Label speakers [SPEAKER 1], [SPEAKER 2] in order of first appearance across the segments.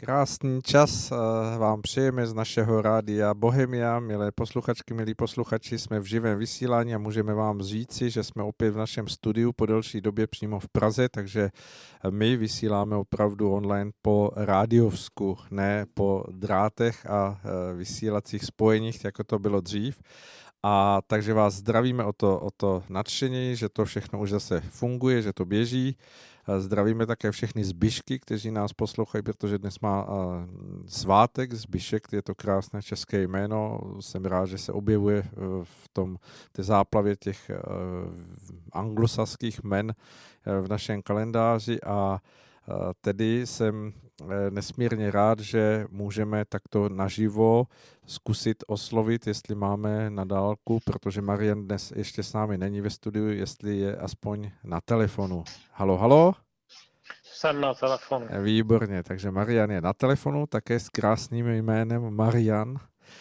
[SPEAKER 1] Krásný čas vám přejeme z našeho rádia Bohemia. Milé posluchačky, milí posluchači, jsme v živém vysílání a můžeme vám říci, že jsme opět v našem studiu po delší době přímo v Praze, takže my vysíláme opravdu online po rádiovsku, ne po drátech a vysílacích spojeních, jako to bylo dřív. A takže vás zdravíme o to nadšení, že to všechno už zase funguje, že to běží. Zdravíme také všechny Zbyšky, kteří nás poslouchají, protože dnes má svátek Zbyšek, je to krásné české jméno. Jsem rád, že se objevuje v té záplavě těch anglosaských jmen v našem kalendáři a tedy jsem nesmírně rád, že můžeme takto naživo zkusit oslovit, jestli máme na dálku, protože Marian dnes ještě s námi není ve studiu, jestli je aspoň na telefonu. Halo, halo?
[SPEAKER 2] Jsem na telefonu.
[SPEAKER 1] Výborně, takže Marian je na telefonu, také s krásným jménem Marian.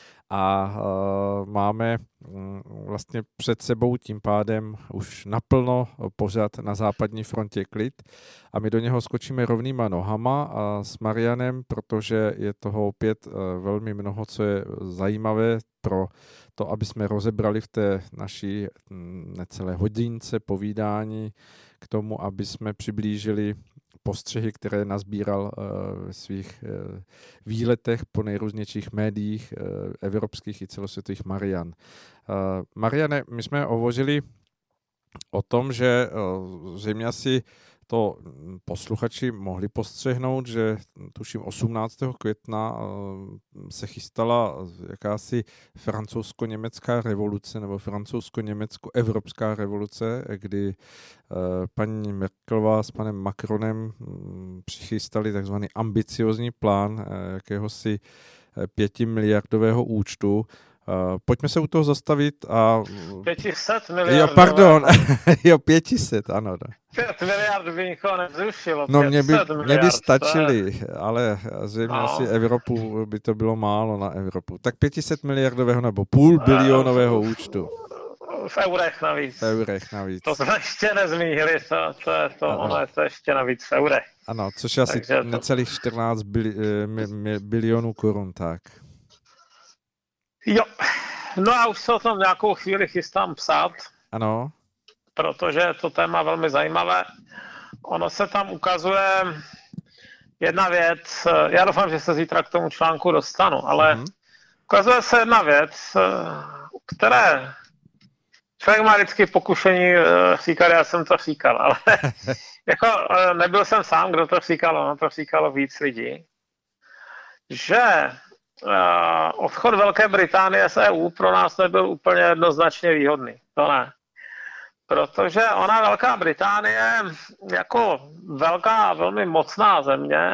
[SPEAKER 1] A máme vlastně před sebou tím pádem už naplno pořad Na západní frontě klid a my do něho skočíme rovnýma nohama a s Marianem, protože je toho opět velmi mnoho, co je zajímavé pro to, aby jsme rozebrali v té naší necelé hodince povídání k tomu, aby jsme přiblížili postřehy, které nazbíral ve svých výletech po nejrůznějších médiích evropských i celosvětových Marian. Mariane, my jsme hovořili o tom, že zřejmě asi to posluchači mohli postřehnout, že tuším 18. května se chystala jakási francouzsko-německá revoluce nebo francouzsko-německo-evropská revoluce, kdy paní Merkelová s panem Macronem přichystali takzvaný ambiciozní plán jakéhosi 5 miliardového účtu. Pojďme se u toho zastavit a...
[SPEAKER 2] 500 miliard.
[SPEAKER 1] Jo, pardon. Jo, 500, ano.
[SPEAKER 2] 5 miliard by nikoho nevzrušilo.
[SPEAKER 1] No, mě by stačili, ale zřejmě asi Evropu by to bylo málo na Evropu. Tak 500 miliardového nebo půl bilionového účtu.
[SPEAKER 2] V eurech navíc.
[SPEAKER 1] V eurech navíc.
[SPEAKER 2] To jsme ještě nezmínili, ono je to ještě navíc v eurech.
[SPEAKER 1] Ano, což je asi necelých 14 bilionů korun, tak.
[SPEAKER 2] Jo, no a už se o tom nějakou chvíli chystám psát.
[SPEAKER 1] Ano.
[SPEAKER 2] Protože je to téma velmi zajímavé. Ono se tam ukazuje jedna věc, já doufám, že se zítra k tomu článku dostanu, ale ukazuje se jedna věc, které člověk má vždycky pokušení říkat, já jsem to říkal, ale jako nebyl jsem sám, kdo to říkal, ono to říkalo víc lidí, že odchod Velké Británie z EU pro nás nebyl úplně jednoznačně výhodný. To ne. Protože ona Velká Británie jako velká, velmi mocná země,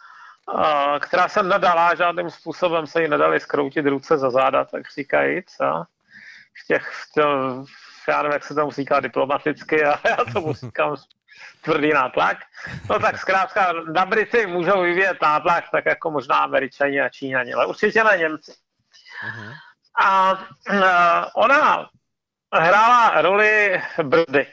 [SPEAKER 2] která se nedala, žádným způsobem se jí nedali zkroutit ruce za záda, tak říkajíc. Já nevím, jak se tomu říká diplomaticky, ale já tomu říkám tvrdý nátlak. No tak zkrátka na Brity můžou vyvíjet nátlak, tak jako možná Američani a Číňani, ale určitě ne Němci. A ona hrála roli brzdy.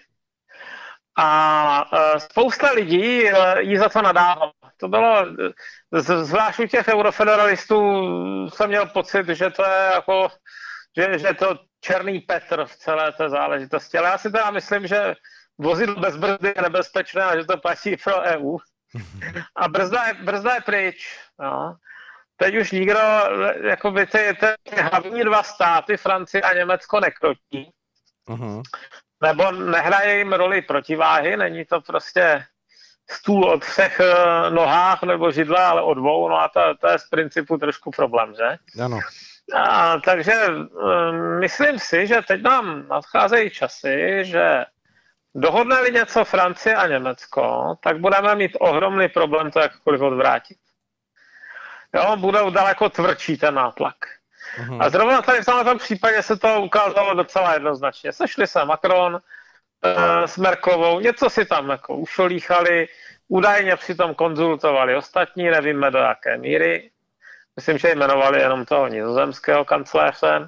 [SPEAKER 2] A spousta lidí jí za to nadávala. To bylo, zvlášť u těch eurofederalistů jsem měl pocit, že to je jako, že to černý Petr v celé té záležitosti. Ale já si teda myslím, že vozidlo bez brzdy je nebezpečné a že to platí pro EU. A brzda je pryč. No. Teď už nikdo, jakoby ty hlavní dva státy, Francie a Německo, nekrotí. Nebo nehraje jim roli protiváhy, není to prostě stůl o 3 nohách nebo židle, ale o 2, no a to je z principu trošku problém, že?
[SPEAKER 1] Ano.
[SPEAKER 2] Takže myslím si, že teď nám nadcházejí časy, že dohodne-li něco Francie a Německo, tak budeme mít ohromný problém to jakkoliv odvrátit. Jo, bude daleko tvrdší ten nátlak. A zrovna tady v tomto případě se to ukázalo docela jednoznačně. Sešli se Macron s Merkelovou, něco si tam jako ušolíchali, údajně přitom konzultovali ostatní, nevíme do jaké míry. Myslím, že jmenovali jenom toho nizozemského kancléře.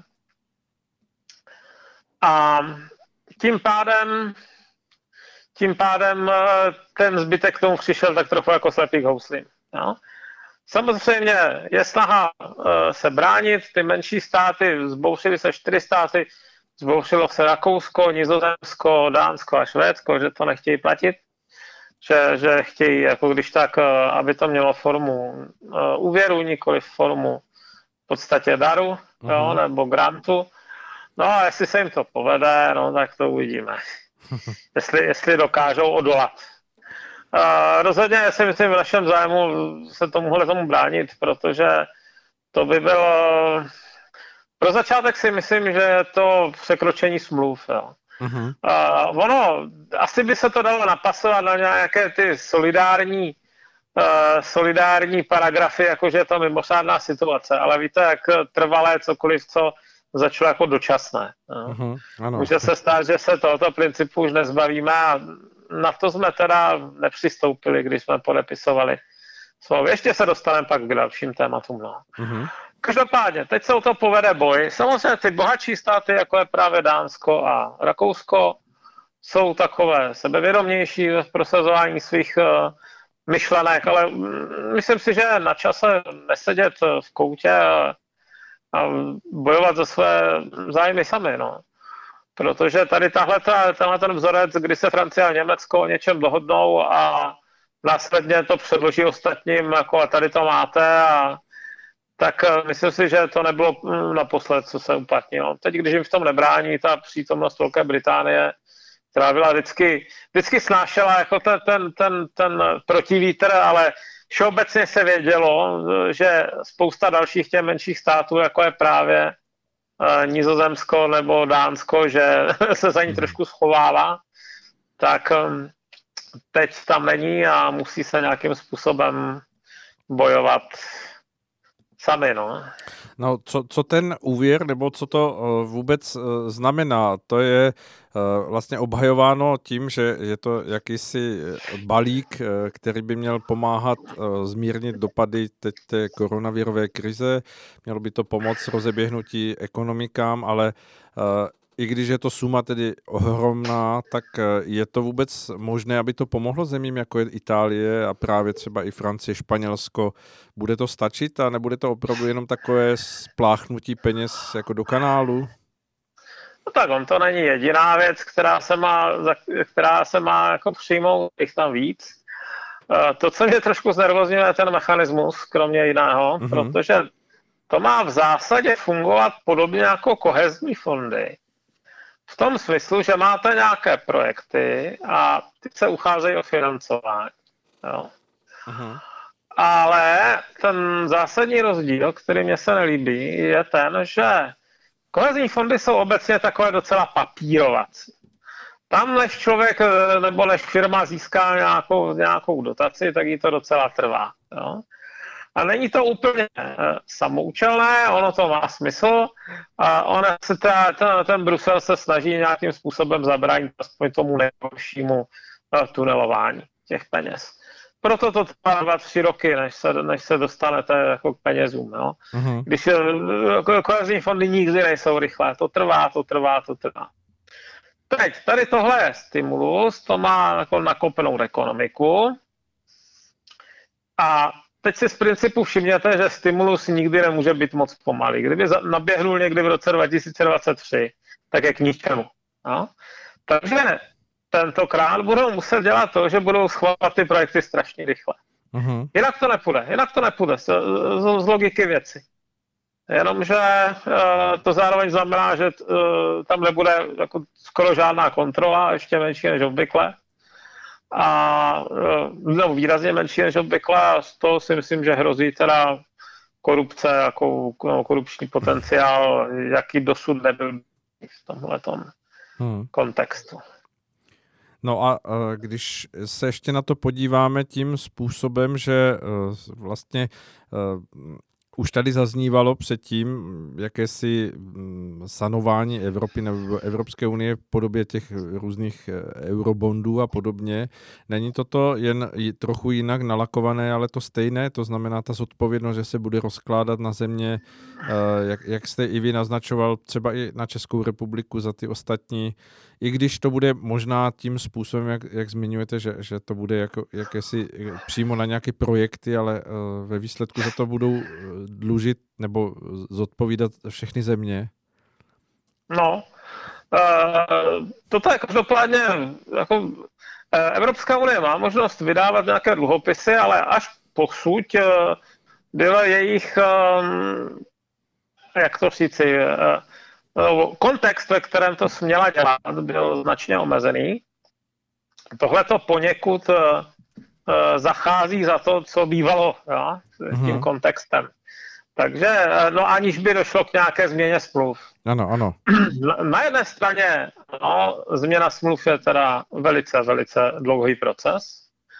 [SPEAKER 2] A tím pádem ten zbytek k tomu přišel tak trochu jako slepý k houslím. No? Samozřejmě je snaha se bránit, ty menší státy, zbouřily se 4 státy, zbouřilo se Rakousko, Nizozemsko, Dánsko a Švédsko, že to nechtějí platit, že chtějí, jako když tak, aby to mělo formu úvěru, nikoli formu v podstatě daru, jo, nebo grantu. No a jestli se jim to povede, no tak to uvidíme. jestli dokážou odolat. Rozhodně si myslím v našem zájmu se tomu bránit, protože to by bylo... Pro začátek si myslím, že je to překročení smluv. Jo. Ono, asi by se to dalo napasovat na nějaké ty solidární paragrafy, jakože je to mimořádná situace, ale víte, jak trvalé cokoliv, co začalo jako dočasné. Může se stát, že se tohoto principu už nezbavíme a na to jsme teda nepřistoupili, když jsme podepisovali smlouvu. Ještě se dostaneme pak k dalším tématům. No. Každopádně, teď se o to povede boj. Samozřejmě ty bohatší státy, jako je právě Dánsko a Rakousko, jsou takové sebevědomější v prosazování svých myšlenek, ale myslím si, že je na čase nesedět v koutě a bojovat za své zájmy sami. No. Protože tady tenhle ten vzorec, kdy se Francie a Německo o něčem dohodnou a následně to předloží ostatním, jako a tady to máte, tak myslím si, že to nebylo naposled, co se uplatnilo. Teď, když jim v tom nebrání ta přítomnost Velké Británie, která byla vždycky snášela jako ten protivítr, ale všeobecně se vědělo, že spousta dalších těch menších států, jako je právě Nizozemsko nebo Dánsko, že se za ní trošku schovává, tak teď tam není a musí se nějakým způsobem bojovat sami, no.
[SPEAKER 1] No, co ten úvěr, nebo co to vůbec znamená? To je vlastně obhajováno tím, že je to jakýsi balík, který by měl pomáhat zmírnit dopady teď té koronavirové krize. Mělo by to pomoct rozeběhnutí ekonomikám, ale i když je to suma tedy ohromná, tak je to vůbec možné, aby to pomohlo zemím, jako je Itálie a právě třeba i Francie, Španělsko? Bude to stačit a nebude to opravdu jenom takové spláchnutí peněz jako do kanálu?
[SPEAKER 2] No tak on to není jediná věc, která se má jako přijmout, jich tam víc. To, co mě trošku znervozňuje, je ten mechanismus, kromě jiného, protože to má v zásadě fungovat podobně jako kohezní fondy. V tom smyslu, že máte nějaké projekty a ty se ucházejí o financování. Jo. Ale ten zásadní rozdíl, který mně se nelíbí, je ten, že kohezní fondy jsou obecně takové docela papírovací. Tam, než člověk nebo než firma získá nějakou dotaci, tak jí to docela trvá. Jo. A není to úplně samoučelné, ono to má smysl a ten Brusel se snaží nějakým způsobem zabránit aspoň tomu nejhoršímu tunelování těch peněz. Proto to trvá 2-3 roky, než se dostanete jako k penězům. Jo? Když kohezní fondy nikdy nejsou rychlé, to trvá. Teď, tady tohle je stimulus, to má jako nakopnout ekonomiku a teď si z principu všimněte, že stimulus nikdy nemůže být moc pomalý. Kdyby naběhnul někdy v roce 2023, tak je k ničemu. No? Takže tentokrát budou muset dělat to, že budou schvalovat ty projekty strašně rychle. Jinak to nepůjde z logiky věci. Jenomže to zároveň znamená, že tam nebude jako skoro žádná kontrola, ještě menší než obvykle. A výrazně menší než obvykle a z toho si myslím, že hrozí teda korupce, jako korupční potenciál, jaký dosud nebyl v tomhletom kontextu.
[SPEAKER 1] No a když se ještě na to podíváme tím způsobem, že vlastně Už tady zaznívalo předtím jakési sanování Evropy nebo Evropské unie v podobě těch různých eurobondů a podobně. Není toto jen trochu jinak nalakované, ale to stejné? To znamená ta zodpovědnost, že se bude rozkládat na země, jak jste i vy naznačoval, třeba i na Českou republiku za ty ostatní, i když to bude možná tím způsobem, jak zmiňujete, že to bude jakési přímo na nějaké projekty, ale ve výsledku za to budou dlužit nebo zodpovídat všechny země?
[SPEAKER 2] No, toto je každopádně, jako Evropská unie má možnost vydávat nějaké dluhopisy, ale až posud byl jejich, jak to říci, kontext, ve kterém to směla dělat, byl značně omezený. Tohle to poněkud zachází za to, co bývalo, ja, tím kontextem. Takže, no aniž by došlo k nějaké změně smluv.
[SPEAKER 1] Ano, ano.
[SPEAKER 2] Na jedné straně, no, změna smluv je teda velice, velice dlouhý proces.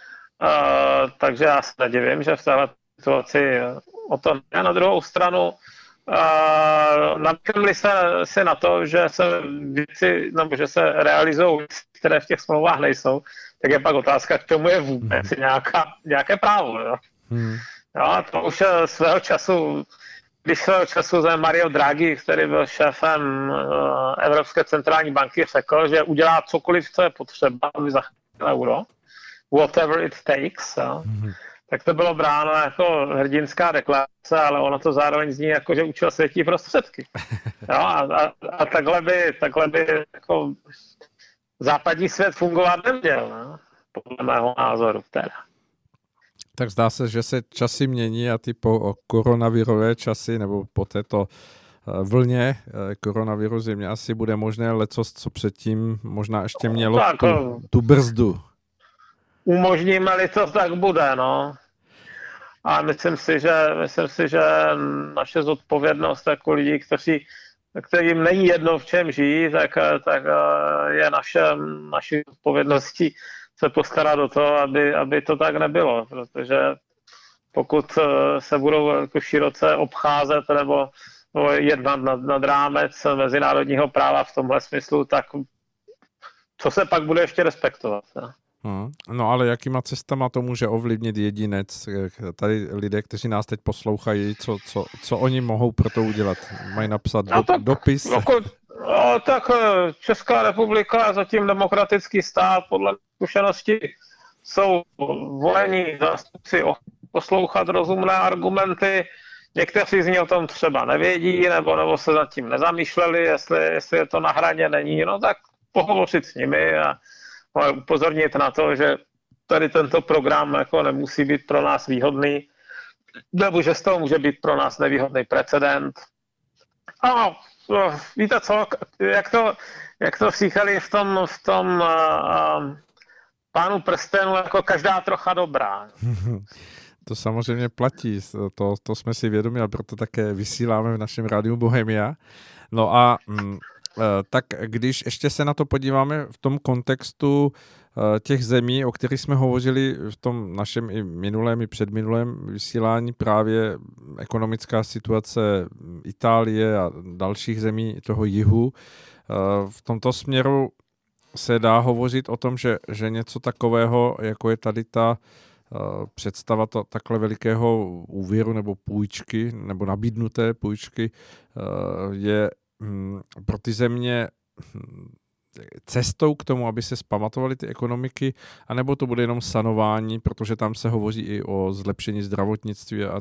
[SPEAKER 2] Takže já se nedivím, že v této situaci o to ne. Na druhou stranu, napřemli se na to, že se věci, nebo že se realizují věci, které v těch smlouvách nejsou, tak je pak otázka, k čemu je vůbec nějaké právo. Jo? Jo, to už svého času, když svého času Mario Draghi, který byl šéfem Evropské centrální banky, řekl, že udělá cokoliv, co je potřeba, aby zachránil euro, whatever it takes, jo? Tak to bylo bráno jako hrdinská deklarace, ale ono to zároveň zní jako, že učil světí prostředky. Jo? A takhle by jako západní svět fungovat neměl, ne? Podle mého názoru teda.
[SPEAKER 1] Tak zdá se, že se časy mění a ty po koronavirové časy nebo po této vlně koronaviru země asi bude možné lecos, co předtím možná ještě mělo tu brzdu.
[SPEAKER 2] Umožníme-li to, tak bude, no. A myslím si, že naše zodpovědnost jako lidí, kterým není jedno, v čem žijí, tak je naší zodpovědností se postarat o to, aby to tak nebylo, protože pokud se budou jako široce obcházet nebo jednat nad rámec mezinárodního práva v tomhle smyslu, tak co se pak bude ještě respektovat? Ne?
[SPEAKER 1] No ale jakýma cestama to může ovlivnit jedinec? Tady lidé, kteří nás teď poslouchají, co oni mohou pro to udělat? Mají napsat dopis?
[SPEAKER 2] Tak Česká republika je zatím demokratický stát, podle zkušenosti jsou volení zástupci poslouchat rozumné argumenty. Někteří z nich o tom třeba nevědí, nebo se nad tím nezamýšleli, jestli je to na hraně, není, no tak pohovořit s nimi a upozornit na to, že tady tento program jako nemusí být pro nás výhodný, nebo že z toho může být pro nás nevýhodný precedent. A víte co, jak to říkali v tom Pánu prstenů, jako každá trocha dobrá.
[SPEAKER 1] To samozřejmě platí, to jsme si vědomi a proto také vysíláme v našem rádiu Bohemia. No a tak když ještě se na to podíváme v tom kontextu těch zemí, o kterých jsme hovořili v tom našem i minulém, i předminulém vysílání, právě ekonomická situace Itálie a dalších zemí toho jihu, v tomto směru se dá hovořit o tom, že něco takového, jako je tady ta představa takhle velikého úvěru nebo půjčky, nebo nabídnuté půjčky, je pro ty země cestou k tomu, aby se zpamatovaly ty ekonomiky, anebo to bude jenom sanování, protože tam se hovoří i o zlepšení zdravotnictví a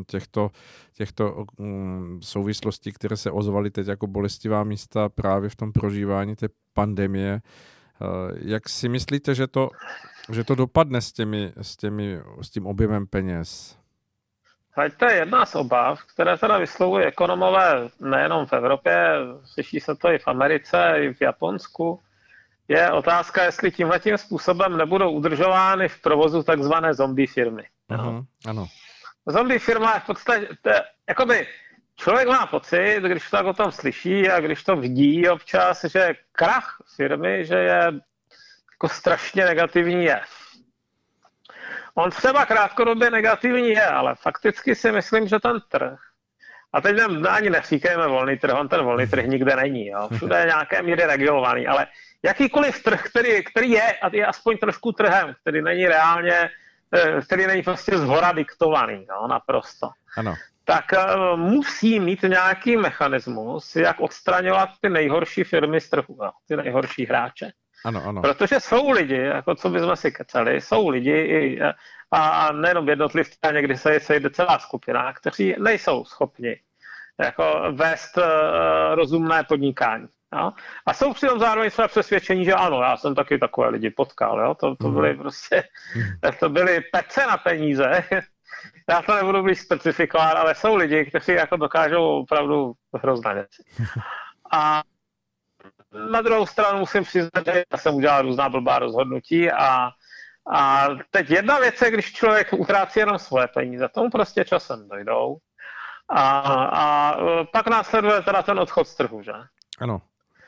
[SPEAKER 1] těchto souvislostí, které se ozvaly teď jako bolestivá místa právě v tom prožívání té pandemie. Jak si myslíte, že to dopadne s tím objemem peněz?
[SPEAKER 2] To je jedna z obav, které teda vyslovují ekonomové nejenom v Evropě, slyší se to i v Americe, i v Japonsku. Je otázka, jestli tímhletím způsobem nebudou udržovány v provozu takzvané zombie firmy.
[SPEAKER 1] Ano.
[SPEAKER 2] Zombie firma je v podstatě, jakoby člověk má pocit, když tak o tom slyší a když to vidí občas, že krach firmy, že je jako strašně negativní jev. On třeba krátkodobě negativní je, ale fakticky si myslím, že ten trh, a teď ani neříkejme volný trh, on ten volný trh nikde není, jo. Všude je nějaké míry regulovaný, ale jakýkoliv trh, který je, a je aspoň trošku trhem, který není reálně, který není prostě zhora diktovaný, jo, naprosto.
[SPEAKER 1] Ano.
[SPEAKER 2] Tak musí mít nějaký mechanismus, jak odstraňovat ty nejhorší firmy z trhu, jo, ty nejhorší hráče.
[SPEAKER 1] Ano.
[SPEAKER 2] Protože jsou lidi, jako co bychom si kecali, jsou lidi a nejenom jednotlivci, a někdy se sejde celá skupina, kteří nejsou schopni jako vést rozumné podnikání. Jo? A jsou přitom zároveň své přesvědčení, že ano, já jsem taky takové lidi potkal. Jo? To byly prostě, to byly pece na peníze. Já to nebudu blíž specifikovat, ale jsou lidi, kteří jako dokážou opravdu hrozné věci. A na druhou stranu musím přiznat, že já jsem udělal různá blbá rozhodnutí a teď jedna věc je, když člověk utrácí jenom svoje peníze, tomu prostě časem dojdou a pak následuje teda ten odchod z trhu, že?
[SPEAKER 1] Ano.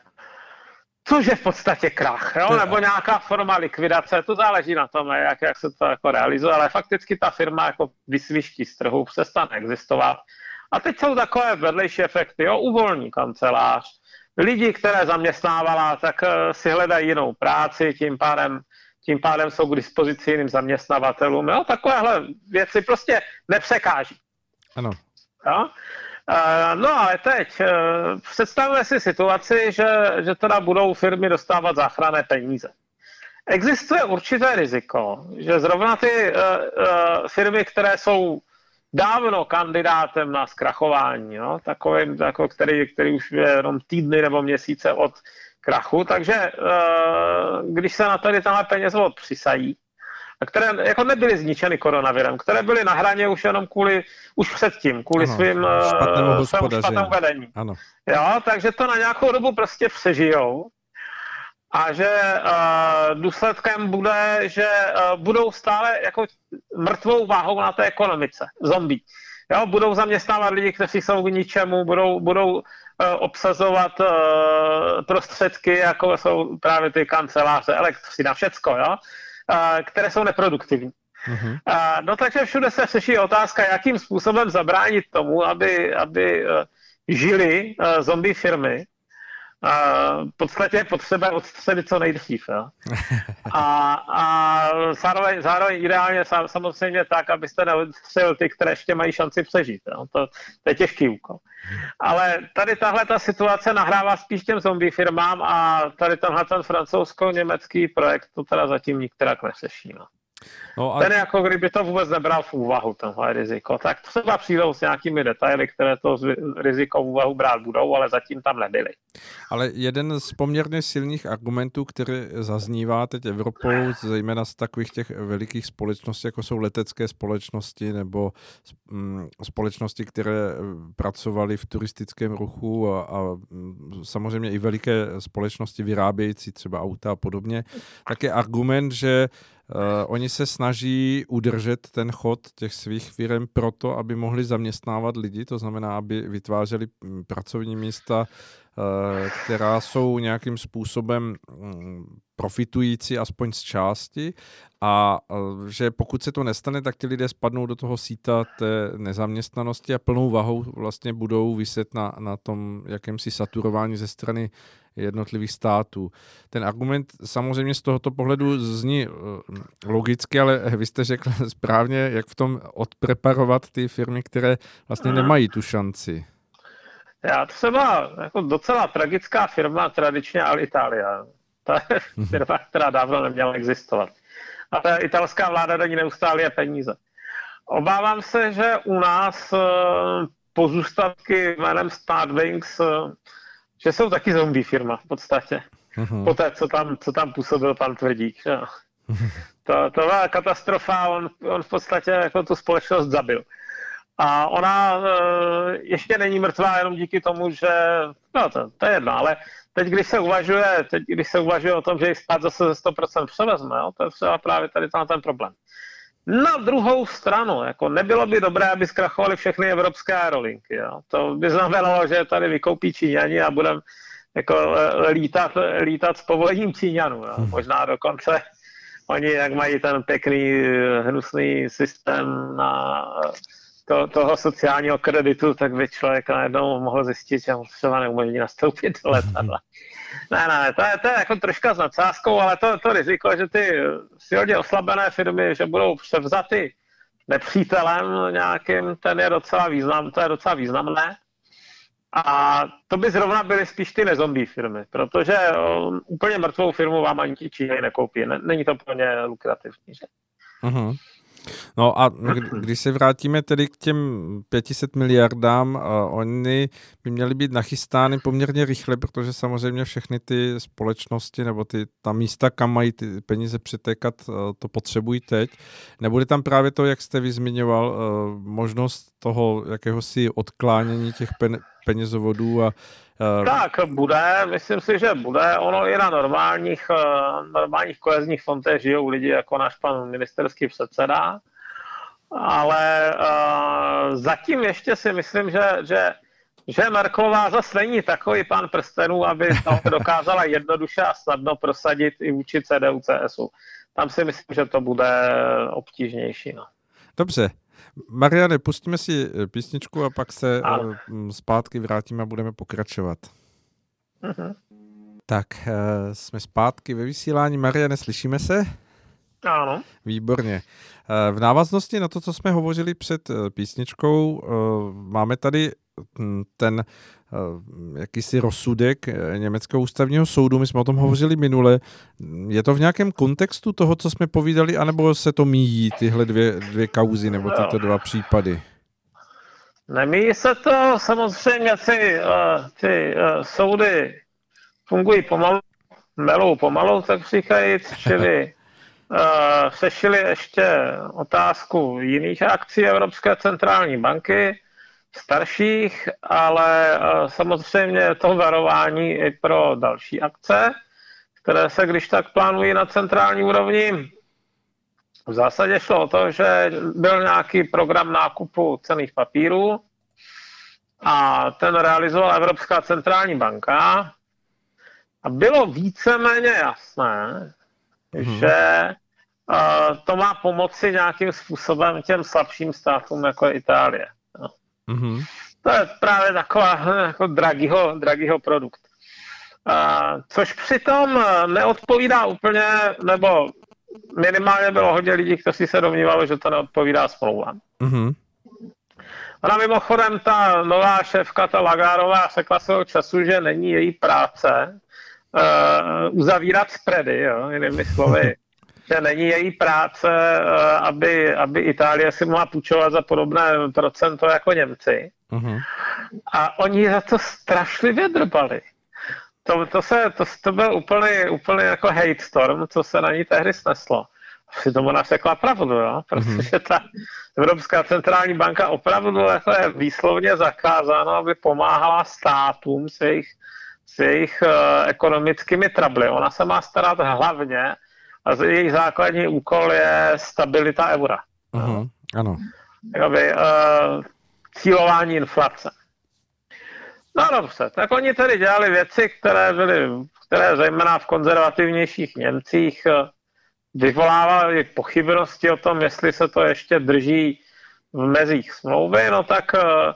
[SPEAKER 2] Což je v podstatě krach, jo? Nebo nějaká forma likvidace, to záleží na tom, jak se to jako realizuje, ale fakticky ta firma jako vysviští z trhu, přestane existovat. A teď jsou takové vedlejší efekty, jo? Uvolní kancelář, lidi, které zaměstnávala, tak si hledají jinou práci, tím pádem jsou k dispozici jiným zaměstnavatelům. Jo? Takovéhle věci prostě nepřekáží.
[SPEAKER 1] Ano.
[SPEAKER 2] Jo? No ale teď představíme si situaci, že teda budou firmy dostávat záchranné peníze. Existuje určité riziko, že zrovna ty firmy, které jsou dávno kandidátem na zkrachování, jo? Takový, který už je jenom týdny nebo měsíce od krachu, takže když se na tady tenhle peněze odpřisají, které jako nebyly zničeny koronavirem, které byly na hraně už jenom už předtím, kvůli svým špatnému vedení.
[SPEAKER 1] Ano.
[SPEAKER 2] Jo, takže to na nějakou dobu prostě přežijou a že důsledkem bude, že budou stále jako mrtvou váhou na té ekonomice, zombie. Jo, budou zaměstnávat lidi, kteří jsou k ničemu, budou obsazovat prostředky, jako jsou právě ty kanceláře, elektřina, všecko, jo, které jsou neproduktivní. No takže všude se řeší otázka, jakým způsobem zabránit tomu, aby žili zombie firmy. V podstatě potřeba odstřelit co nejdřív. Jo. A zároveň ideálně samozřejmě tak, abyste neodstřelil ty, které ještě mají šanci přežít. Jo. To je těžký úkol. Ale tady tahle ta situace nahrává spíš těm zombie firmám a tady tenhle ten francouzsko-německý projekt to teda zatím nikterak neřeší. No. No a ten jako kdyby to vůbec nebral v úvahu, tenhle riziko, tak třeba přijdou s nějakými detaily, které to riziko v úvahu brát budou, ale zatím tam nebyly.
[SPEAKER 1] Ale jeden z poměrně silných argumentů, který zaznívá teď Evropou, zejména z takových těch velikých společností, jako jsou letecké společnosti nebo společnosti, které pracovaly v turistickém ruchu a samozřejmě i veliké společnosti vyrábějící třeba auta a podobně, tak je argument, že oni se snaží udržet ten chod těch svých firem proto, aby mohli zaměstnávat lidi, to znamená, aby vytvářeli pracovní místa, která jsou nějakým způsobem profitující aspoň z části a že pokud se to nestane, tak ti lidé spadnou do toho síta té nezaměstnanosti a plnou vahou vlastně budou viset na tom jakémsi saturování ze strany jednotlivých států. Ten argument samozřejmě z tohoto pohledu zní logicky, ale vy jste řekl správně, jak v tom odpreparovat ty firmy, které vlastně nemají tu šanci.
[SPEAKER 2] Já třeba jako docela tragická firma tradičně Alitalia. To je firma, která dávno neměla existovat. A ta italská vláda do ní neustále peníze. Obávám se, že u nás pozůstatky jménem Starwings, že jsou taky zombie firma v podstatě. Poté, co tam působil pan Tvrdík. Že? To byla katastrofa, on v podstatě jako tu společnost zabil. A ona ještě není mrtvá jenom díky tomu, že no to je jedno, ale teď, když se uvažuje o tom, že ji stát zase ze 100% převezme, jo, to je třeba právě tady ten problém. Na druhou stranu, jako nebylo by dobré, aby zkrachovaly všechny evropské aerolinky. Jo. To by znamenalo, že tady vykoupí Číňani a budeme jako lítat s povolením Číňanů. Jo. Možná dokonce oni jak mají ten pěkný, hnusný systém na toho sociálního kreditu, tak by člověk najednou mohl zjistit, že mu třeba neumožní nastoupit do letadla. Ne, to je jako troška s nadsázkou, ale to riziko, že ty silně oslabené firmy, že budou převzaty nepřítelem nějakým, to je docela významné. A to by zrovna byly spíš ty nezombie firmy, protože úplně mrtvou firmu vám ani ti Číňané nekoupí. Není to pro ně lukrativní, že?
[SPEAKER 1] Uh-huh. No a když se vrátíme tedy k těm 500 miliardám, oni by měly být nachystány poměrně rychle, protože samozřejmě všechny ty společnosti nebo ta místa, kam mají ty peníze přitékat, to potřebují teď. Nebude tam právě to, jak jste vyzmiňoval, možnost toho jakéhosi odklánění těch penězovodů a
[SPEAKER 2] tak bude, myslím si, že bude. Ono i na normálních kohezních fondech žijou lidi jako náš pan ministerský předseda, ale zatím ještě si myslím, že Merkelová zase není takový pán prstenů, aby to dokázala jednoduše a snadno prosadit i vůči CDU, CSU. Tam si myslím, že to bude obtížnější. No.
[SPEAKER 1] Dobře. Mariane, pustíme si písničku a pak se zpátky vrátíme a budeme pokračovat. Uh-huh. Tak, jsme zpátky ve vysílání. Mariane, slyšíme se?
[SPEAKER 2] Ano.
[SPEAKER 1] Výborně. V návaznosti na to, co jsme hovořili před písničkou, máme tady ten jakýsi rozsudek německého ústavního soudu. My jsme o tom hovořili minule. Je to v nějakém kontextu toho, co jsme povídali, anebo se to míjí tyhle dvě kauzy nebo tyto dva případy?
[SPEAKER 2] Nemíjí se to. Samozřejmě ty soudy fungují pomalu, tak říkajíc, čili řešili ještě otázku jiných akcí Evropské centrální banky, starších, ale samozřejmě je to varování i pro další akce, které se když tak plánují na centrální úrovni. V zásadě šlo o to, že byl nějaký program nákupu cenných papírů a ten realizovala Evropská centrální banka a bylo víceméně jasné, že to má pomoci nějakým způsobem těm slabším státům, jako je Itálie. No. Mm-hmm. To je právě taková jako Draghiho produkt. Což přitom neodpovídá úplně, nebo minimálně bylo hodně lidí, kteří se domnívali, že to neodpovídá smlouvám. Mm-hmm. Ona mimochodem, ta nová šéfka, ta Lagardeová, řekla svého času, že není její práce uzavírat spready, jo, jinými slovy, že není její práce, aby Itálie si mohla půjčovat za podobné procento jako Němci. Uh-huh. A oni za to strašlivě drbali. To byl úplně jako hate storm, co se na ní tehdy sneslo. Přitom ona řekla pravdu, jo? Protože ta Evropská centrální banka opravdu jako je výslovně zakázáno, aby pomáhala státům s jejich ekonomickými trably. Ona se má starat hlavně a její základní úkol je stabilita eura.
[SPEAKER 1] Uh-huh. Ano.
[SPEAKER 2] Jakoby, cílování inflace. No dobře, tak oni tedy dělali věci, které zejména v konzervativnějších Němcích vyvolávaly pochybnosti o tom, jestli se to ještě drží v mezích smlouvy, no tak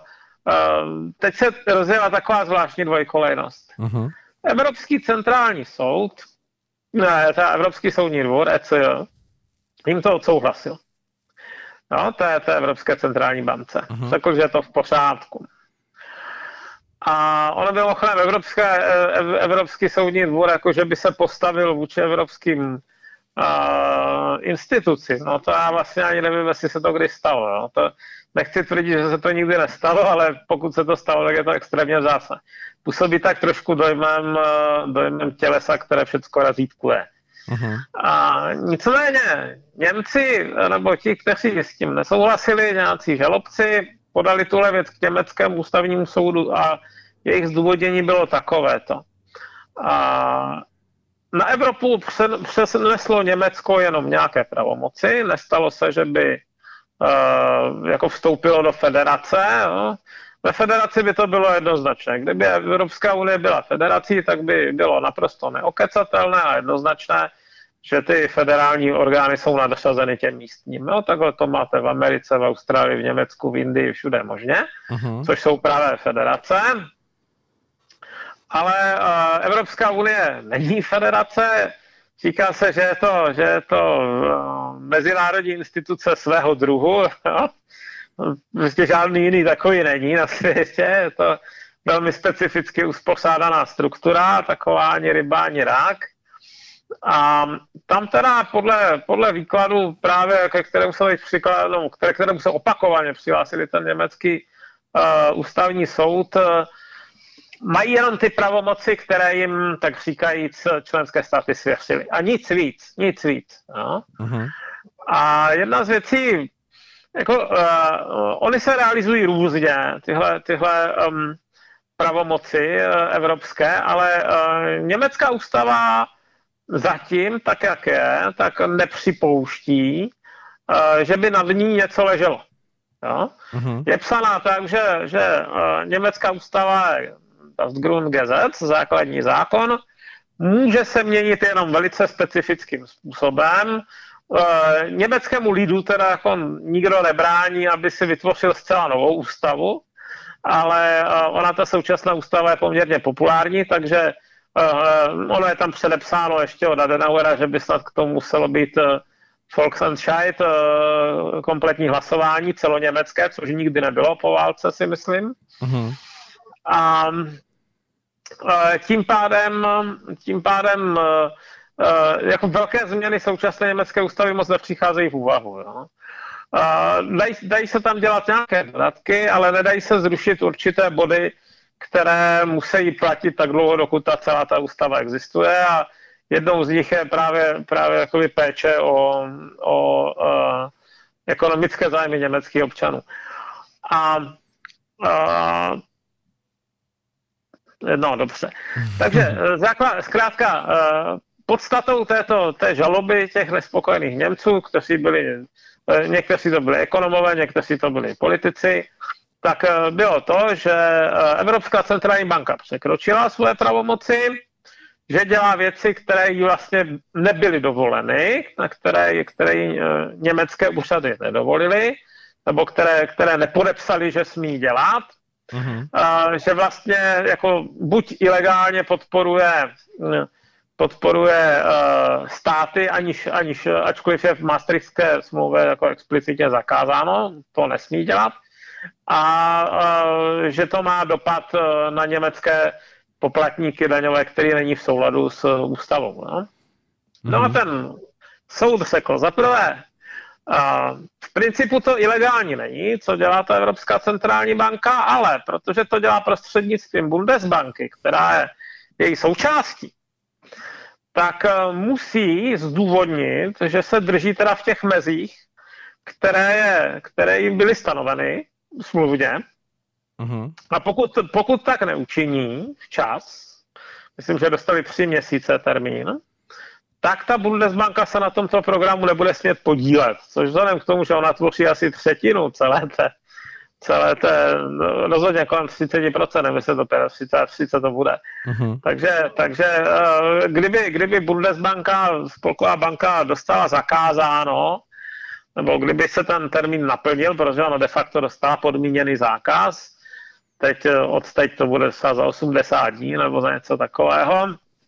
[SPEAKER 2] teď se rozjela taková zvláštní dvojkolejnost. Uh-huh. Evropský centrální soud, Evropský soudní dvůr, ECJ, jim to odsouhlasil. No, to je Evropské centrální bance. Uh-huh. Řekl, že je to v pořádku. A ono bylo mimochodem Evropský soudní dvůr, jakože by se postavil vůči evropským institucím. No to já vlastně ani nevím, jestli se to kdy stalo. Jo. To nechci tvrdit, že se to nikdy nestalo, ale pokud se to stalo, tak je to extrémně vzácné. Působí tak trošku dojmem tělesa, které všecko razítkuje. Uh-huh. A nicméně Němci, nebo ti, kteří s tím nesouhlasili, nějací žalobci, podali tuhle věc k německému ústavnímu soudu a jejich zdůvodnění bylo takovéto. Na Evropu přeneslo Německo jenom nějaké pravomoci, nestalo se, že by jako vstoupilo do federace. Jo. Ve federaci by to bylo jednoznačné. Kdyby Evropská unie byla federací, tak by bylo naprosto neokecatelné a jednoznačné, že ty federální orgány jsou nadřazeny těm místním. No, takhle to máte v Americe, v Austrálii, v Německu, v Indii, všude možně, což jsou právě federace. Ale Evropská unie není federace. Říká se, že je to mezinárodní instituce svého druhu. No? Prostě žádný jiný takový není na světě. Je to velmi specificky uspořádaná struktura, taková ani ryba, ani rák. A tam teda podle výkladu právě, kterému se opakovaně přihlásili ten německý ústavní soud, mají jenom ty pravomoci, které jim, tak říkajíc, členské státy svěřily. A nic víc. No? A jedna z věcí, jako, oni se realizují různě, tyhle pravomoci evropské, ale německá ústava zatím, tak jak je, tak nepřipouští, že by nad ní něco leželo. Jo? Je psaná tak, že německá ústava je das Grundgesetz, základní zákon, může se měnit jenom velice specifickým způsobem. Německému lidu teda jako nikdo nebrání, aby si vytvořil zcela novou ústavu, ale ona ta současná ústava je poměrně populární, takže ono je tam předepsáno ještě od Adenauera, že by snad k tomu muselo být Volksentscheid, kompletní hlasování celoněmecké, což nikdy nebylo po válce, si myslím. A tím pádem jako velké změny současné německé ústavy moc nepřicházejí v úvahu. Jo. Dají se tam dělat nějaké dodatky, ale nedají se zrušit určité body, které musí platit tak dlouho, dokud celá ta ústava existuje, a jednou z nich je právě jakoby péče o ekonomické zájmy německých občanů. No, dobře. Takže zkrátka podstatou té žaloby těch nespokojených Němců, někteří to byli ekonomové, někteří to byli politici, tak bylo to, že Evropská centrální banka překročila své pravomoci, že dělá věci, které jí vlastně nebyly dovoleny, na které německé úřady nedovolily, nebo které nepodepsali, že smí dělat. Že vlastně jako buď ilegálně podporuje státy, ačkoliv je v Maastrichtské smlouvě jako explicitně zakázáno, to nesmí dělat, a že to má dopad na německé poplatníky daňové, který není v souladu s ústavou. No a ten soud řekl za prvé, v principu to ilegální není, co dělá ta Evropská centrální banka, ale protože to dělá prostřednictvím Bundesbanky, která je její součástí, tak musí zdůvodnit, že se drží teda v těch mezích, které jim byly stanoveny smluvně. A pokud tak neučiní včas, myslím, že dostali 3 měsíce termín, tak ta Bundesbanka se na tomto programu nebude smět podílet, což vzhledem k tomu, že ona tvoří asi 1/3 celé té, rozhodně kolem 30%, nevím, jestli to 30 to bude. Takže kdyby Bundesbanka, spolková banka, dostala zakázáno, nebo kdyby se ten termín naplnil, protože ona de facto dostala podmíněný zákaz, od teď to bude za 80 dní nebo za něco takového,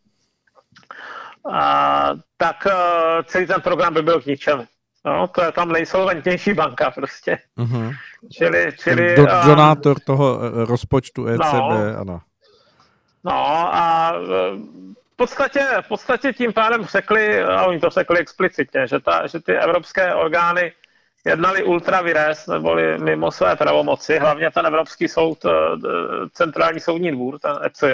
[SPEAKER 2] tak celý ten program by byl k ničemu. No, to je tam nejsolventnější banka prostě. Čili
[SPEAKER 1] donátor toho rozpočtu ECB, ano.
[SPEAKER 2] No a v podstatě tím pádem řekli, a oni to řekli explicitně, že ty evropské orgány jednali ultra vires, neboli mimo své pravomoci, hlavně ten Evropský soud, centrální soudní dvůr, ten ECJ,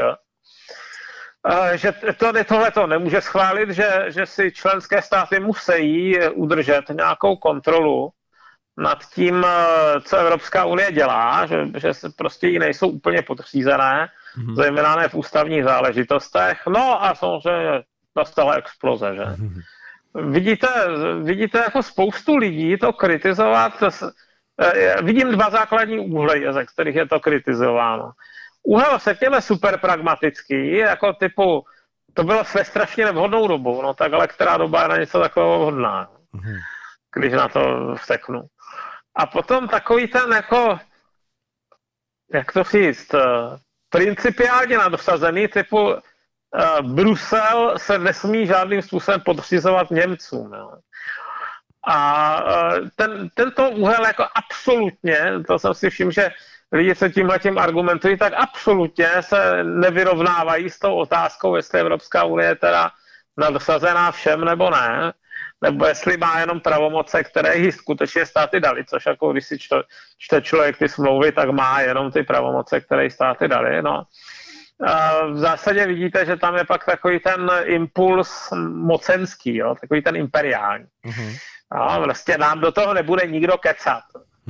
[SPEAKER 2] že tohle to nemůže schválit, že si členské státy musí udržet nějakou kontrolu nad tím, co Evropská unie dělá, že prostě jí nejsou úplně podřízené, zejména ne v ústavních záležitostech. No a samozřejmě nastala exploze, že? Vidíte jako spoustu lidí to kritizovat. Vidím 2 základní úhly, ze kterých je to kritizováno. Úhel, řekněme, super pragmatický, jako typu to bylo ve strašně nevhodnou dobu, no tak ale která doba je na něco takového vhodná, když na to vteknu. A potom takový ten jako, jak to říct, principiálně nadsazený typu Brusel se nesmí žádným způsobem podřizovat Němcům. Jo. A tento úhel jako absolutně, to jsem si všiml, že lidi se tímhletím argumentují, tak absolutně se nevyrovnávají s tou otázkou, jestli Evropská unie je teda nadsazená všem nebo ne, nebo jestli má jenom pravomoce, které jí skutečně státy dali, což jako když si čte člověk ty smlouvy, tak má jenom ty pravomoce, které jí státy dali. No. A v zásadě vidíte, že tam je pak takový ten impuls mocenský, jo? Takový ten imperiální. No, vlastně nám do toho nebude nikdo kecat.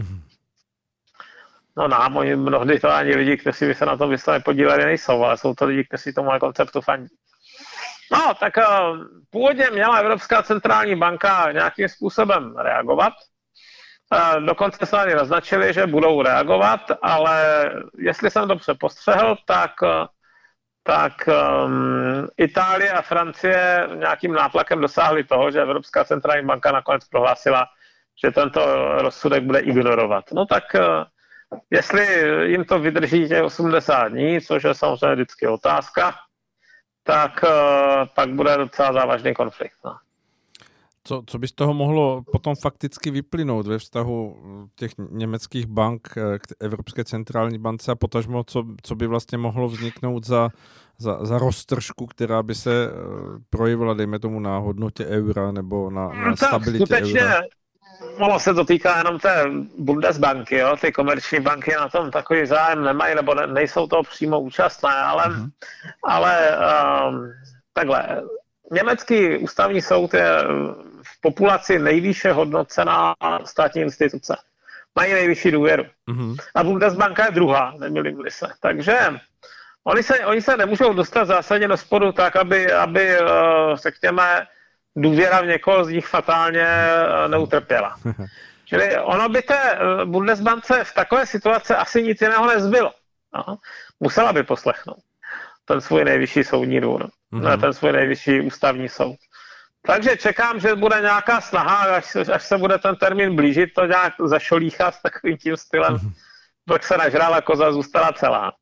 [SPEAKER 2] No nám, oni mnohdy to ani lidi, kteří by se na tom vyslovně podíleli, nejsou, ale jsou to lidi, kteří tomu konceptu fandí. No, tak původně měla Evropská centrální banka nějakým způsobem reagovat. Dokonce se ani naznačili, že budou reagovat, ale jestli jsem dobře postřehl, tak Itálie a Francie nějakým nátlakem dosáhly toho, že Evropská centrální banka nakonec prohlásila, že tento rozsudek bude ignorovat. No tak jestli jim to vydrží těch 80 dní, což je samozřejmě vždycky otázka, tak pak bude docela závažný konflikt. No.
[SPEAKER 1] Co by z toho mohlo potom fakticky vyplynout ve vztahu těch německých bank k Evropské centrální bance a potažmo, co by vlastně mohlo vzniknout za roztržku, která by se projevila, dejme tomu, na hodnotě eura nebo na stabilitě eura?
[SPEAKER 2] Ono se to týká jenom té Bundesbanky, jo? Ty komerční banky na tom takový zájem nemají, nebo nejsou toho přímo účastné, ale takhle. Německý ústavní soud je v populaci nejvýše hodnocená státní instituce. Mají nejvyšší důvěru. A Bundesbanka je druhá, nemýlím-li se. Takže oni se nemůžou dostat zásadně do sporu tak, aby řekněme, důvěra v někoho z nich fatálně neutrpěla. Čili ono by té Bundesbance v takové situaci asi nic jiného nezbylo. No. Musela by poslechnout ten svůj nejvyšší soudní dvůr, ten svůj nejvyšší ústavní soud. Takže čekám, že bude nějaká snaha, až se bude ten termín blížit, to nějak zašolíchat s takovým tím stylem, pak se nažrala koza, zůstala celá.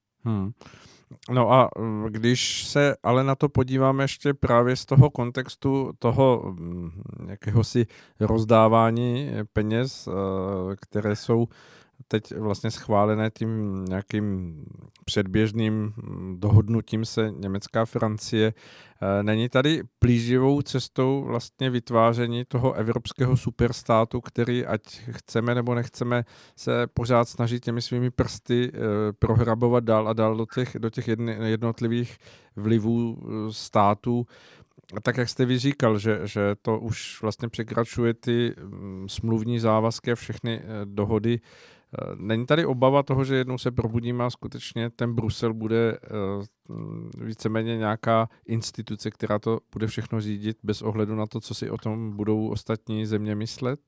[SPEAKER 1] No a když se ale na to podíváme ještě právě z toho kontextu toho jakéhosi rozdávání peněz, které jsou teď vlastně schválené tím nějakým předběžným dohodnutím se Německá a Francie. Není tady plíživou cestou vlastně vytváření toho evropského superstátu, který, ať chceme nebo nechceme, se pořád snaží těmi svými prsty prohrabovat dál a dál do těch jednotlivých vlivů států. Tak jak jste vy říkal, že to už vlastně překračuje ty smluvní závazky a všechny dohody. Není tady obava toho, že jednou se probudíme a skutečně ten Brusel bude víceméně nějaká instituce, která to bude všechno řídit bez ohledu na to, co si o tom budou ostatní země myslet?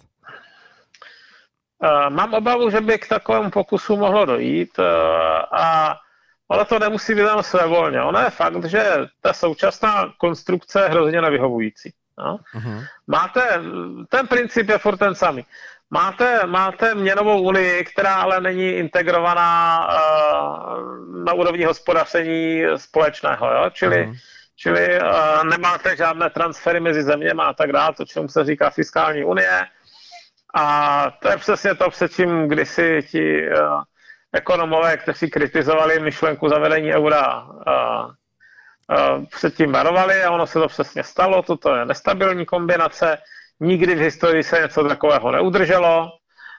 [SPEAKER 2] Mám obavu, že by k takovému pokusu mohlo dojít a ono to nemusí být jenom svévolně. Ono je fakt, že ta současná konstrukce je hrozně nevyhovující. No? Ten princip je furt ten samý. Máte měnovou unii, která ale není integrovaná na úrovni hospodaření společného, jo? Čili nemáte žádné transfery mezi zeměmi a tak dále, to čemu se říká fiskální unie. A to je přesně to, před čím kdysi ti ekonomové, kteří kritizovali myšlenku zavedení eura, předtím varovali a ono se to přesně stalo. Toto je nestabilní kombinace. Nikdy v historii se něco takového neudrželo,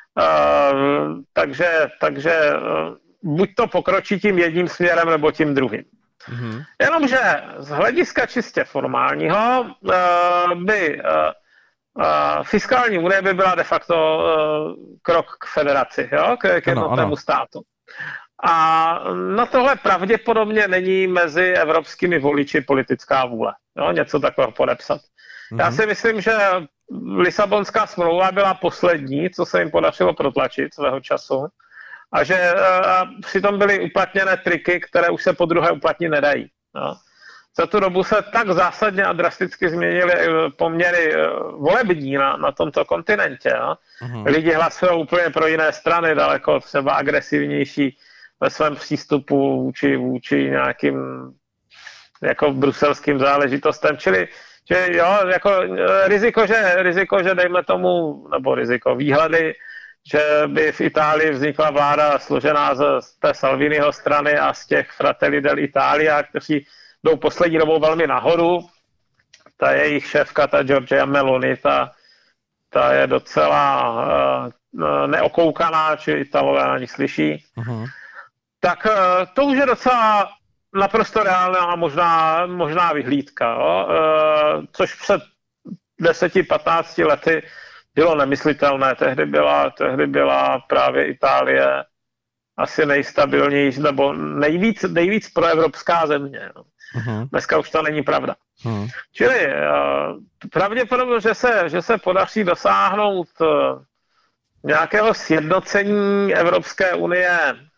[SPEAKER 2] takže buď to pokročí tím jedním směrem, nebo tím druhým. Jenomže z hlediska čistě formálního by fiskální unie by byla de facto krok k federaci, jo? K jednotnému státu. A na tohle pravděpodobně není mezi evropskými voliči politická vůle, jo? Něco takového podepsat. Já si myslím, že Lisabonská smlouva byla poslední, co se jim podařilo protlačit svého času a že přitom byly uplatněné triky, které už se po druhé uplatnit nedají. No. za tu dobu se tak zásadně a drasticky změnily poměry volební na tomto kontinentě. No? Lidi hlasují úplně pro jiné strany, daleko třeba agresivnější ve svém přístupu vůči nějakým jako bruselským záležitostem. Čili že jo, jako riziko, že dejme tomu, nebo výhledy, že by v Itálii vznikla vláda složená z té Salviniho strany a z těch Fratelli dell'Italia, kteří jdou poslední dobou velmi nahoru. Ta jejich šéfka, ta Giorgia Meloni, ta je docela neokoukaná, či Italové ani slyší. Tak to už je docela naprosto reálná a možná vyhlídka. Jo? Což před 10-15 lety bylo nemyslitelné. Tehdy byla právě Itálie asi nejstabilnější, nebo nejvíc proevropská země. No. Dneska už to není pravda. Čili pravděpodobně, že se podaří dosáhnout nějakého sjednocení Evropské unie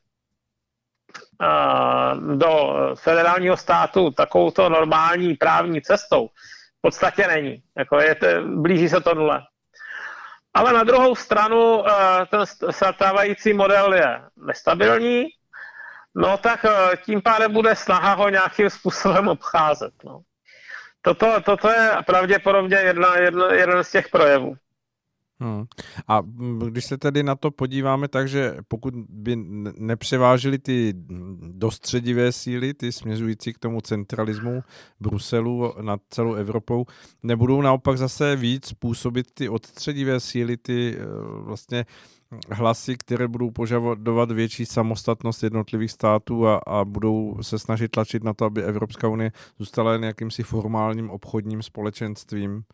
[SPEAKER 2] do federálního státu takovouto normální právní cestou, v podstatě není. Jako blíží se to nule. Ale na druhou stranu ten stávající model je nestabilní, no tak tím pádem bude snaha ho nějakým způsobem obcházet. No. Toto je pravděpodobně jeden z těch projevů.
[SPEAKER 1] A když se tedy na to podíváme, takže pokud by nepřevážily ty dostředivé síly, ty směřující k tomu centralismu Bruselu nad celou Evropou, nebudou naopak zase víc působit ty odstředivé síly, ty vlastně hlasy, které budou požadovat větší samostatnost jednotlivých států a budou se snažit tlačit na to, aby Evropská unie zůstala jen jakýmsi formálním obchodním společenstvím?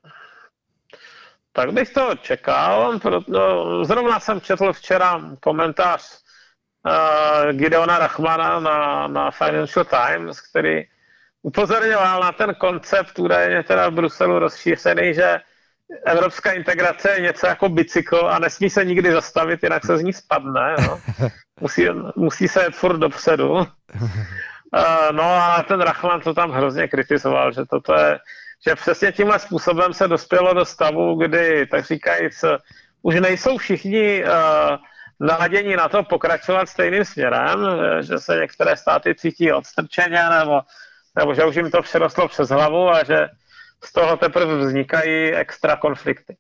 [SPEAKER 2] Tak bych to čekal. Zrovna jsem četl včera komentář Gideona Rachmana na Financial Times, který upozorňoval na ten koncept údajně teda v Bruselu rozšířený, že evropská integrace je něco jako bicykl a nesmí se nikdy zastavit, jinak se z ní spadne. No. Musí se jet furt dopředu. No a ten Rachman to tam hrozně kritizoval, že toto je, že přesně tímhle způsobem se dospělo do stavu, kdy, tak říkajíc, už nejsou všichni naladění na to pokračovat stejným směrem, že se některé státy cítí odstrčeně, nebo že už jim to přerostlo přes hlavu a že z toho teprve vznikají extra konflikty.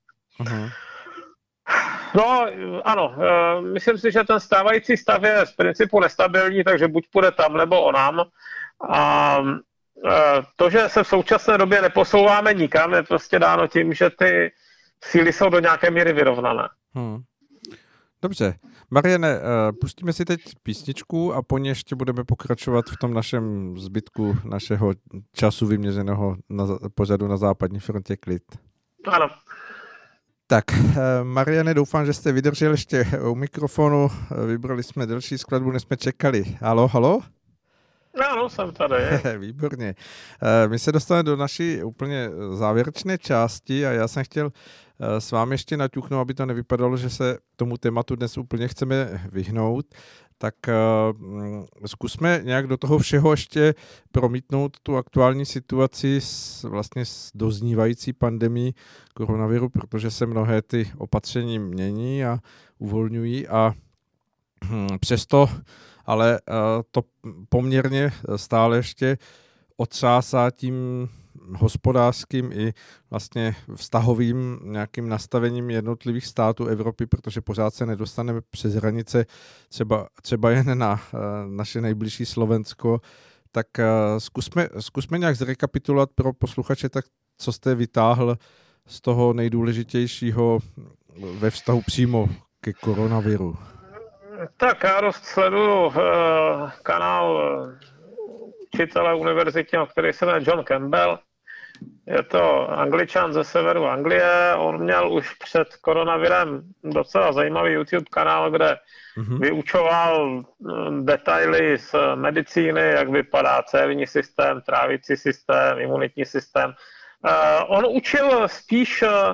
[SPEAKER 2] No, ano, myslím si, že ten stávající stav je z principu nestabilní, takže buď půjde tam, nebo onam. A to, že se v současné době neposouváme nikam, je prostě dáno tím, že ty síly jsou do nějaké míry vyrovnané.
[SPEAKER 1] Dobře. Mariane, pustíme si teď písničku a po ní ještě budeme pokračovat v tom našem zbytku našeho času vyměřeného pořadu na západní frontě Klid.
[SPEAKER 2] Ano.
[SPEAKER 1] Tak, Mariane, doufám, že jste vydrželi ještě u mikrofonu. Vybrali jsme delší skladbu, než jsme čekali. Halo?
[SPEAKER 2] Ano, jsem tady.
[SPEAKER 1] Výborně. My se dostaneme do naší úplně závěrečné části a já jsem chtěl s vámi ještě naťuknout, aby to nevypadalo, že se tomu tématu dnes úplně chceme vyhnout, tak zkusme nějak do toho všeho ještě promítnout tu aktuální situaci vlastně s doznívající pandemií koronaviru, protože se mnohé ty opatření mění a uvolňují a přesto ale to poměrně stále ještě otřásá tím hospodářským i vlastně vztahovým nějakým nastavením jednotlivých států Evropy, protože pořád se nedostaneme přes hranice třeba jen na naše nejbližší Slovensko. Tak zkusme nějak zrekapitulovat pro posluchače, tak co jste vytáhl z toho nejdůležitějšího ve vztahu přímo ke koronaviru.
[SPEAKER 2] Tak já dost sleduju kanál učitele univerzitního, který se jmenuje John Campbell. Je to Angličan ze severu Anglie. On měl už před koronavirem docela zajímavý YouTube kanál, kde vyučoval detaily z medicíny, jak vypadá cévní systém, trávicí systém, imunitní systém. On učil spíš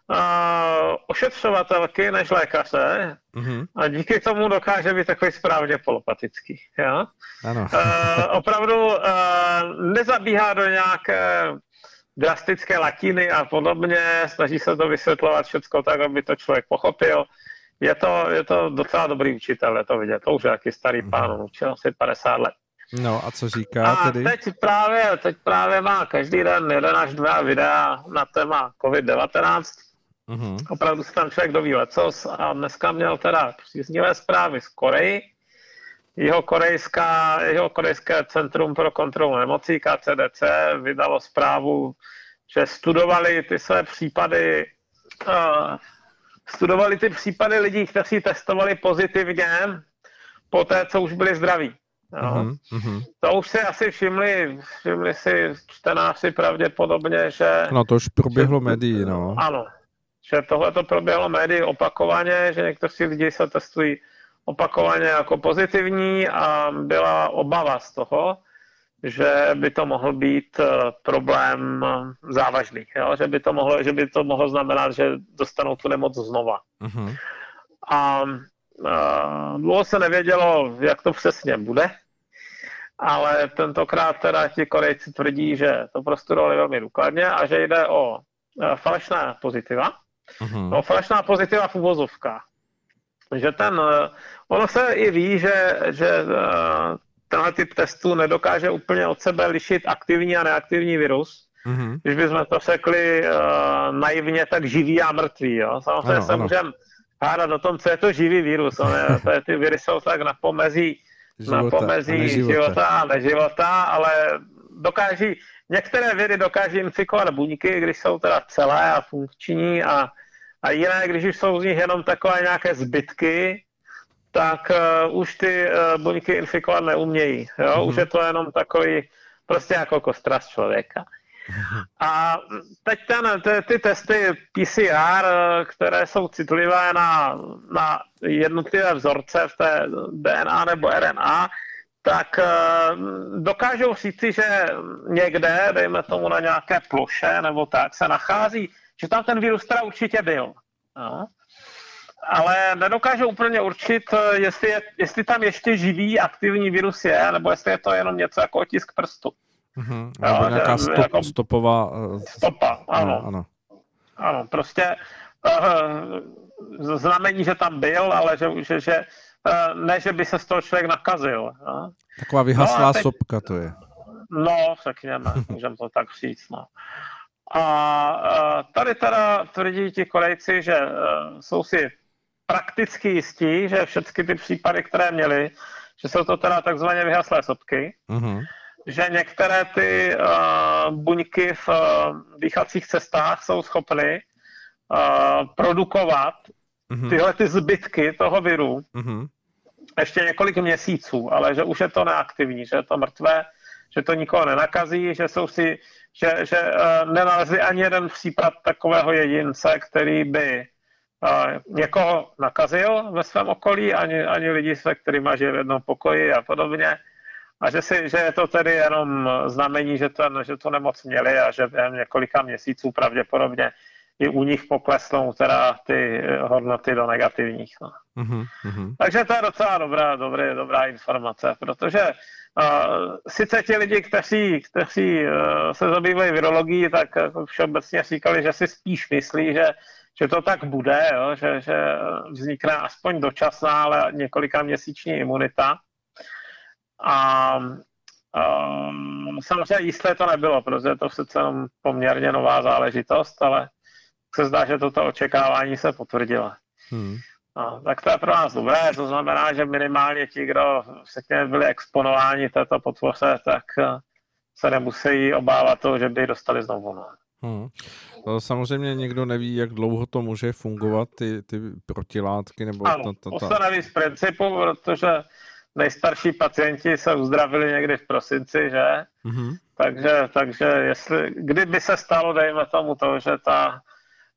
[SPEAKER 2] ošetřovatelky než lékaře a díky tomu dokáže být takový správně polopatický. Jo?
[SPEAKER 1] Ano.
[SPEAKER 2] Opravdu nezabíhá do nějaké drastické latiny a podobně, snaží se to vysvětlovat všecko tak, aby to člověk pochopil. Je to docela dobrý učitel, je to vidět. To už je jaký starý pán, učil asi 50 let.
[SPEAKER 1] No a co říká tedy?
[SPEAKER 2] Teď právě má každý den 1 až 2 videa na téma COVID-19. Opravdu se tam člověk doví lecos a dneska měl teda příznivé zprávy z Koreji. Jeho korejské centrum pro kontrolu nemocí KCDC vydalo zprávu, že studovali ty případy lidí, kteří testovali pozitivně po té, co už byli zdraví. No. To už si asi všimli si čtenáři pravděpodobně, že...
[SPEAKER 1] No to už proběhlo médií, no.
[SPEAKER 2] Ano, že tohle to proběhlo médií opakovaně, že někteří lidi se testují opakovaně jako pozitivní a byla obava z toho, že by to mohl být problém závažný, jo? Že by to mohlo znamenat, že dostanou tu nemoc znova. A dlouho se nevědělo, jak to přesně bude, ale tentokrát teda ti Korejci tvrdí, že to prostudovali velmi důkladně a že jde o falešná pozitiva. No, falešná pozitiva v uvozovkách. Že ono se i ví, že tenhle typ testů nedokáže úplně od sebe lišit aktivní a neaktivní virus. Když bychom to řekli naivně, tak živý a mrtvý. Jo? Samozřejmě se můžeme hádat o tom, co je to živý virus. Ty viry jsou tak na pomezí života a neživota, ale některé viry dokáží infikovat buňky, když jsou teda celé a funkční a jiné, když už jsou z nich jenom takové nějaké zbytky, tak už ty buňky infikovat neumějí. Jo? Už je to jenom takový prostě jako kostra z člověka. A teď ty testy PCR, které jsou citlivé na jednotlivé vzorce v té DNA nebo RNA, tak dokážou říci, že někde, dejme tomu na nějaké ploše nebo tak, se nachází, že tam ten virus teda určitě byl. No. Ale nedokážou úplně určit, jestli tam ještě živý aktivní virus je, nebo jestli je to jenom něco jako otisk prstu.
[SPEAKER 1] Nebo nějaká stopová...
[SPEAKER 2] Stopa, ano. Ano, prostě znamení, že tam byl, ale že ne, že by se z toho člověk nakazil. No.
[SPEAKER 1] Taková vyhaslá sopka to je.
[SPEAKER 2] No, řekněme, můžeme to tak říct. No. A tady teda tvrdí ti Korejci, že jsou si prakticky jistí, že všechny ty případy, které měli, že jsou to teda takzvaně vyhaslé sopky, že některé ty buňky v dýchacích cestách jsou schopny produkovat tyhle ty zbytky toho viru ještě několik měsíců, ale že už je to neaktivní, že je to mrtvé, že to nikoho nenakazí, že nenalezli ani jeden případ takového jedince, který by někoho nakazil ve svém okolí, ani lidi, se kterými žije v jednom pokoji a podobně. A že je to tedy jenom znamení, že to nemoc měli a že během několika měsíců pravděpodobně i u nich poklesnou teda ty hodnoty do negativních. No. Takže to je docela dobrá informace, protože sice ti lidi, kteří se zabývají virologií, tak všeobecně říkali, že si spíš myslí, že to tak bude, jo? Že vznikne aspoň dočasná, ale několika měsíční imunita. A samozřejmě jisté to nebylo, protože je to přece jenom poměrně nová záležitost, ale se zdá, že toto očekávání se potvrdilo. No, tak to je pro nás dobré, to znamená, že minimálně ti, kdo byli exponováni této potvoře, tak se nemusí obávat toho, že by ji dostali znovu. No.
[SPEAKER 1] Samozřejmě někdo neví, jak dlouho to může fungovat, ty protilátky. Nebo
[SPEAKER 2] ano, to se neví z principu, protože nejstarší pacienti se uzdravili někdy v prosinci, že? Takže kdyby se stalo, dejme tomu to, že ta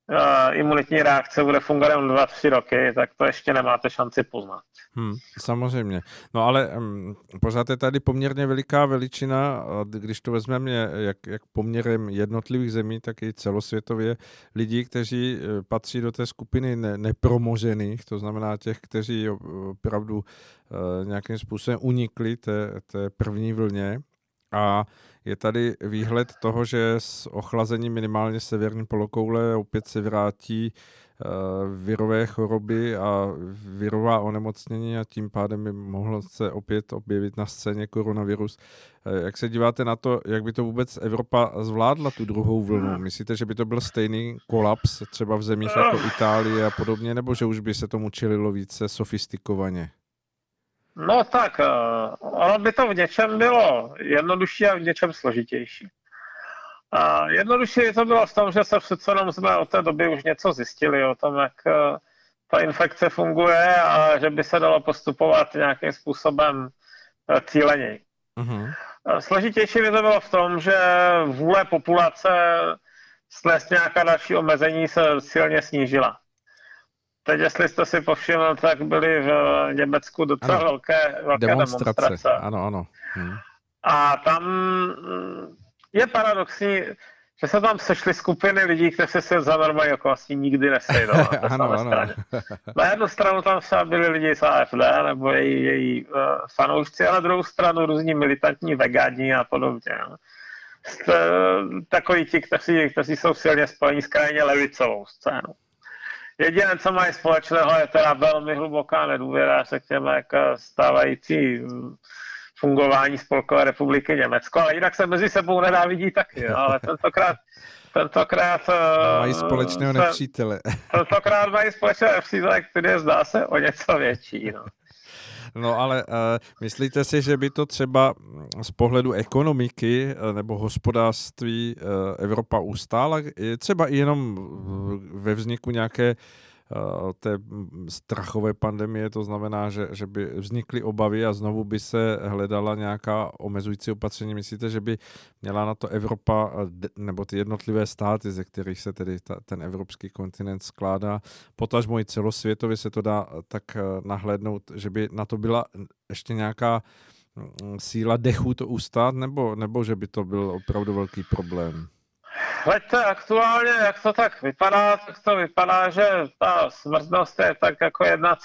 [SPEAKER 2] imunitní reakce bude fungovat jen 2-3 roky, tak to ještě nemáte šanci poznat.
[SPEAKER 1] Samozřejmě. No ale pořád je tady poměrně veliká veličina, když to vezmeme jak poměrem jednotlivých zemí, tak i celosvětově lidí, kteří patří do té skupiny nepromožených, to znamená těch, kteří opravdu nějakým způsobem unikli té první vlně. A je tady výhled toho, že s ochlazením minimálně severní polokoule opět se vrátí virové choroby a virová onemocnění a tím pádem by mohlo se opět objevit na scéně koronavirus. Jak se díváte na to, jak by to vůbec Evropa zvládla tu druhou vlnu? Myslíte, že by to byl stejný kolaps třeba v zemích jako Itálie a podobně, nebo že už by se tomu čelilo více sofistikovaně?
[SPEAKER 2] No tak, ono by to v něčem bylo jednodušší a v něčem složitější. Jednodušší to bylo v tom, že se přece jenom jsme od té doby už něco zjistili o tom, jak ta infekce funguje a že by se dalo postupovat nějakým způsobem cíleněji. Uh-huh. Složitější by to bylo v tom, že vůle populace snést nějaká další omezení se silně snížila. Teď, jestli jste si povšiml, tak byly v Německu docela velké demonstrace.
[SPEAKER 1] Ano.
[SPEAKER 2] A tam je paradoxní, že se tam sešly skupiny lidí, kteří se za normální okolností nikdy nesejdou.
[SPEAKER 1] Ano.
[SPEAKER 2] Na jednu stranu tam třeba byli lidi z AfD nebo její fanoušci, a na druhou stranu různí militantní vegáni a podobně. Takoví ti, kteří jsou silně spojení s krajně levicovou scénou. Jediné, co mají společného, je teda velmi hluboká nedůvěra, řekněme, k stávající fungování Spolkové republiky Německo, ale jinak se mezi sebou nenávidí taky, ale tentokrát
[SPEAKER 1] mají společného nepřítele.
[SPEAKER 2] Tentokrát mají společného nepřítele, který je, zdá se, o něco větší.
[SPEAKER 1] No ale myslíte si, že by to třeba z pohledu ekonomiky nebo hospodářství Evropa ustála? Třeba i jenom ve vzniku nějaké té strachové pandemie, to znamená, že by vznikly obavy a znovu by se hledala nějaká omezující opatření. Myslíte, že by měla na to Evropa nebo ty jednotlivé státy, ze kterých se tedy ten evropský kontinent skládá, potažmo i celosvětově se to dá tak nahlédnout, že by na to byla ještě nějaká síla dechu to ustát, nebo že by to byl opravdu velký problém?
[SPEAKER 2] Hleďte, aktuálně, jak to tak vypadá, že ta smrtnost je tak jako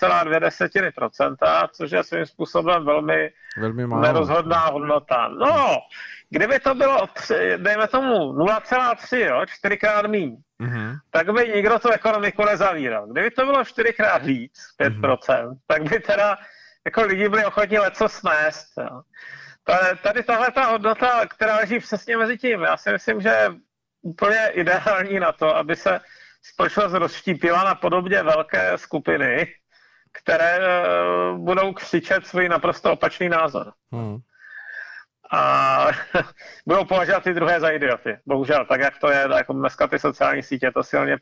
[SPEAKER 2] 1,2%, což je svým způsobem velmi nerozhodná hodnota. No, kdyby to bylo, dejme tomu 0,3, 4krát míň, tak by nikdo tu ekonomiku nezavíral. Kdyby to bylo 4krát víc, 5%, tak by teda jako lidi byli ochotní leco snést. Jo. Tady tahle ta hodnota, která leží přesně mezi tím, já si myslím, že úplně ideální na to, aby se společnost rozštípila na podobně velké skupiny, které budou křičet svůj naprosto opačný názor. A budou považovat ty druhé za idioty. Bohužel, tak jak to je, jako dneska ty sociální sítě to silně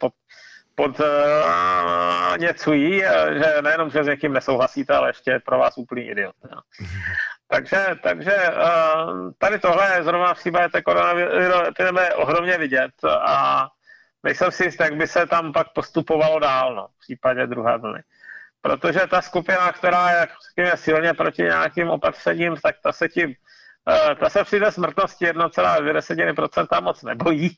[SPEAKER 2] podněcují, že nejenom, že s někým nesouhlasíte, ale ještě je pro vás úplný idiot. Takže tady tohle je zrovna v případě té koronavirové ohromně vidět a nejsem si jist, jak by se tam pak postupovalo dál v případě druhé vlny. Protože ta skupina, která je silně proti nějakým opatřením, tak ta se při té smrtnosti 1,2% moc nebojí.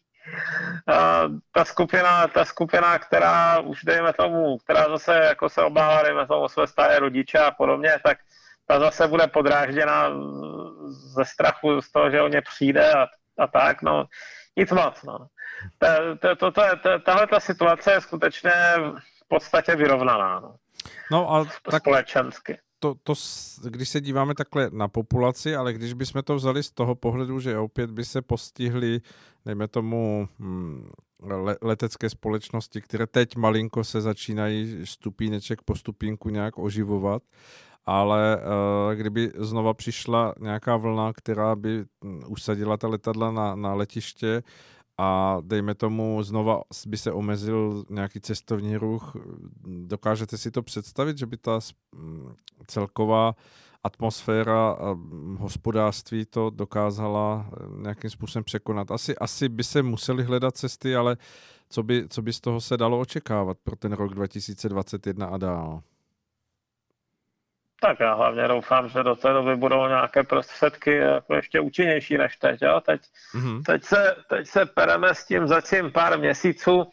[SPEAKER 2] Ta skupina, která už dejme tomu, která zase jako se obává, dejme tomu své staré rodiče a podobně, tak ta zase bude podrážděna ze strachu z toho, že o ně přijde a tak, no nic moc, no. Tahle ta situace je skutečně v podstatě vyrovnaná,
[SPEAKER 1] no a
[SPEAKER 2] společensky.
[SPEAKER 1] Když se díváme takhle na populaci, ale když bychom to vzali z toho pohledu, že opět by se postihly, dejme tomu, letecké společnosti, které teď malinko se začínají stupíneček po stupínku nějak oživovat, ale kdyby znova přišla nějaká vlna, která by usadila ta letadla na letiště a dejme tomu znova by se omezil nějaký cestovní ruch, dokážete si to představit, že by ta celková atmosféra hospodářství to dokázala nějakým způsobem překonat? Asi by se museli hledat cesty, ale co by z toho se dalo očekávat pro ten rok 2021 a dál?
[SPEAKER 2] Tak já hlavně doufám, že do té doby budou nějaké prostředky jako ještě účinnější než teď. Jo? Teď se pereme s tím zatím pár měsíců.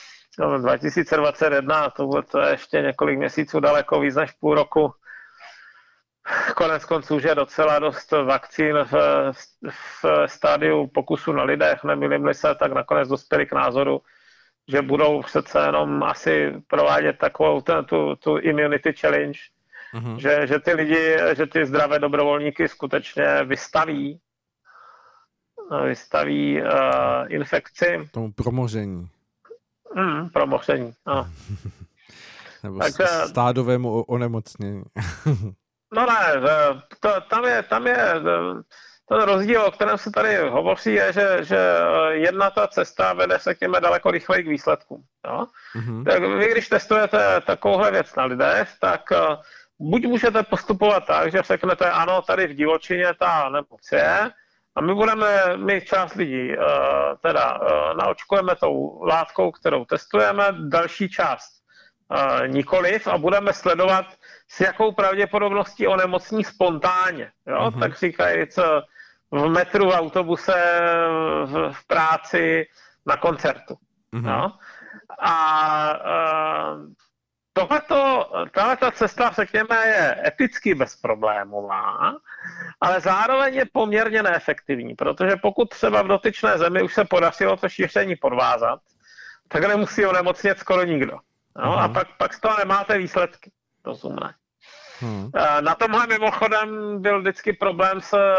[SPEAKER 2] 2021, to je ještě několik měsíců daleko, víc než půl roku. Konec konců, že docela dost vakcín v stádiu pokusu na lidech, nemýlím-li se, tak nakonec dospěli k názoru, že budou přece jenom asi provádět takovou tu immunity challenge, že ty zdravé dobrovolníky skutečně vystaví infekci.
[SPEAKER 1] Tomu promoření.
[SPEAKER 2] Promoření, no.
[SPEAKER 1] Nebo stádovému onemocnění.
[SPEAKER 2] No ne, tam je ten rozdíl, o kterém se tady hovoří, je, že jedna ta cesta vede, řekněme, daleko rychleji k výsledkům. Jo? Tak vy, když testujete takovouhle věc na lidech, tak buď můžete postupovat tak, že řeknete, ano, tady v divočině ta nemoc je, a my část lidí naočkujeme tou látkou, kterou testujeme, další část nikoliv a budeme sledovat, s jakou pravděpodobností onemocní spontánně. Jo? Tak říkají, v metru, v autobuse, v práci, na koncertu. Jo? A tato cesta, řekněme, je eticky bezproblémová, ale zároveň je poměrně neefektivní, protože pokud třeba v dotyčné zemi už se podařilo to šíření podvázat, tak nemusí onemocnět skoro nikdo. No, a pak z toho nemáte výsledky. Rozumné. Na tomhle mimochodem byl vždycky problém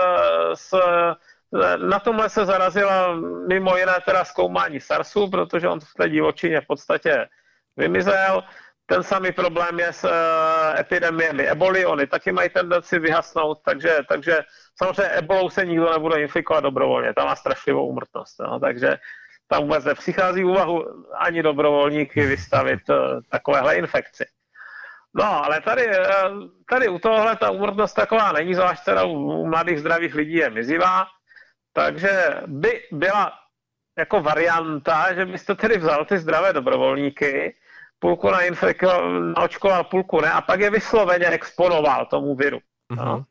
[SPEAKER 2] na tomhle se zarazila mimo jiné teda zkoumání SARSu, protože on v té divočině v podstatě vymizel. Ten samý problém je s epidemiemi eboli, oni taky mají tendenci vyhasnout, takže samozřejmě ebolou se nikdo nebude infikovat dobrovolně, tam má strašlivou úmrtnost, no, takže tam vůbec nepřichází v úvahu ani dobrovolníky vystavit takovéhle infekci. No, ale tady u tohohle ta úmrtnost taková není, zvlášť teda u mladých zdravých lidí je mizivá, takže by byla jako varianta, že byste tedy vzal ty zdravé dobrovolníky, půlku naočkoval, půlku ne, a pak je vysloveně exponoval tomu viru. No.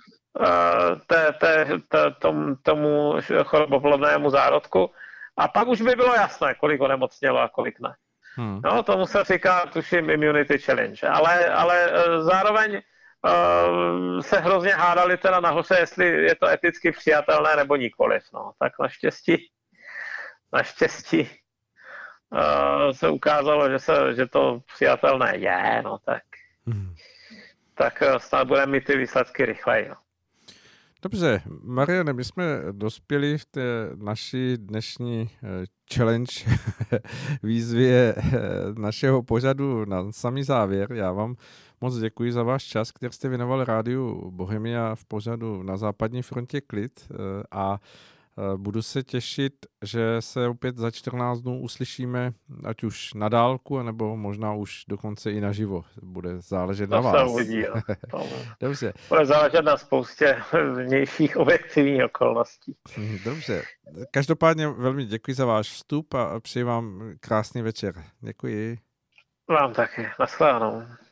[SPEAKER 2] Tomu choroboplodnému zárodku. A pak už by bylo jasné, kolik onemocnělo a kolik ne. No, tomu se říká, tuším, immunity challenge. Ale zároveň se hrozně hádali teda nahoře, jestli je to eticky přijatelné nebo nikoliv. No, tak naštěstí se ukázalo, že to přijatelné je, no tak snad budeme mít ty výsledky rychleji. No.
[SPEAKER 1] Dobře, Mariane, my jsme dospěli v té naší dnešní challenge výzvě našeho pořadu na samý závěr. Já vám moc děkuji za váš čas, který jste věnoval rádiu Bohemia v pořadu Na západní frontě klid a budu se těšit, že se opět za 14 dnů uslyšíme, ať už na dálku, nebo možná už dokonce i naživo. Bude záležet na vás.
[SPEAKER 2] To se uvidí.
[SPEAKER 1] Dobře.
[SPEAKER 2] Bude záležet na spoustě vnějších objektivních okolností.
[SPEAKER 1] Dobře. Každopádně velmi děkuji za váš vstup a přeji vám krásný večer. Děkuji.
[SPEAKER 2] Vám taky. Naschledanou.